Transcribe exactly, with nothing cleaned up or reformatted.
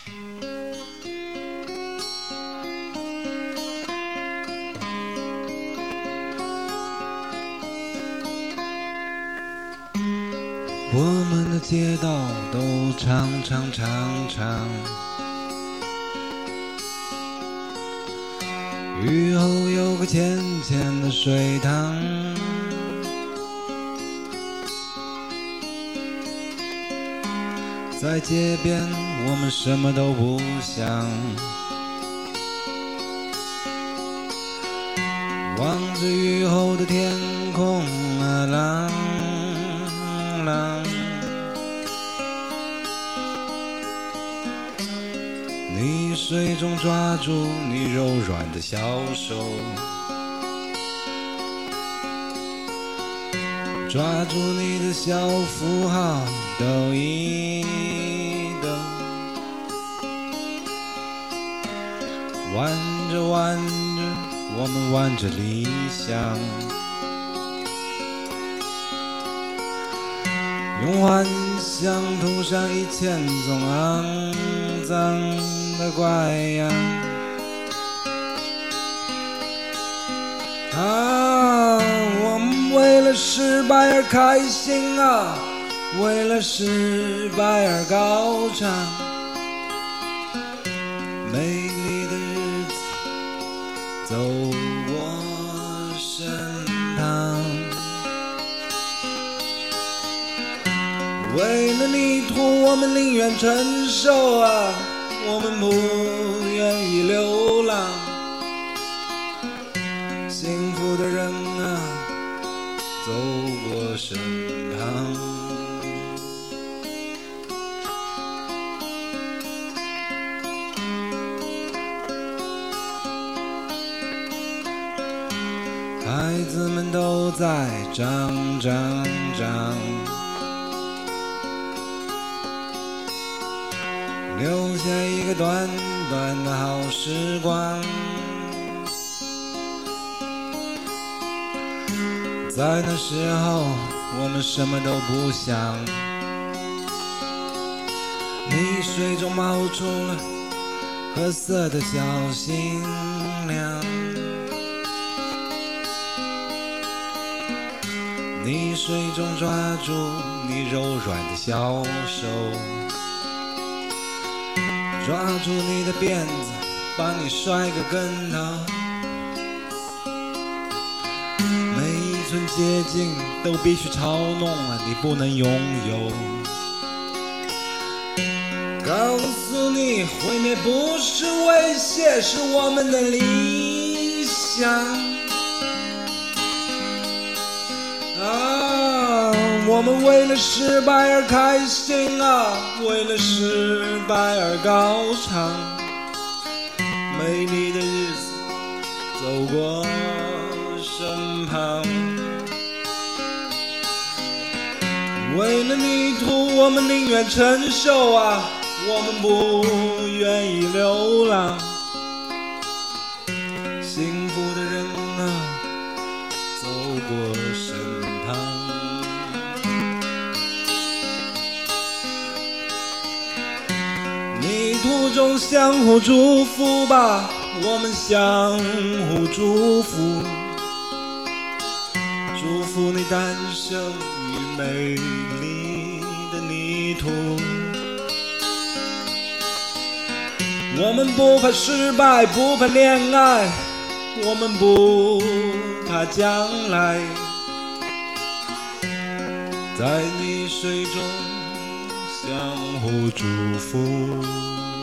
我们的街道都长长长长，雨后有个浅浅的水塘，在街边我们什么都不想，望着雨后的天空啊，蓝蓝，你水中抓住你柔软的小手，抓住你的小符号，抖一抖，玩着玩着我们玩着理想，用幻想涂上一千种肮脏的怪样啊！我们为了失败而开心啊，为了失败而高唱，美丽的日子走过身旁，为了泥土我们宁愿承受啊，我们不愿意流浪，幸福的人啊走过身旁，孩子们都在长长长，留下一个短短的好时光，在那时候我们什么都不想，你水中冒出了褐色的小新娘，你水中抓住你柔软的小手，抓住你的辫子帮你摔个跟头，每一寸接近都必须嘲弄啊，你不能拥有，告诉你毁灭不是威胁，是我们的理想啊！我们为了失败而开心啊，为了失败而高唱，美丽的日子走过身旁，为了泥土我们宁愿承受啊，我们不愿意流浪，幸福的人啊走过身旁，泥土中相互祝福吧，我们相互祝福，祝福你诞生于美丽的泥土，我们不怕失败，不怕恋爱，我们不怕将来，在泥水中相互祝福。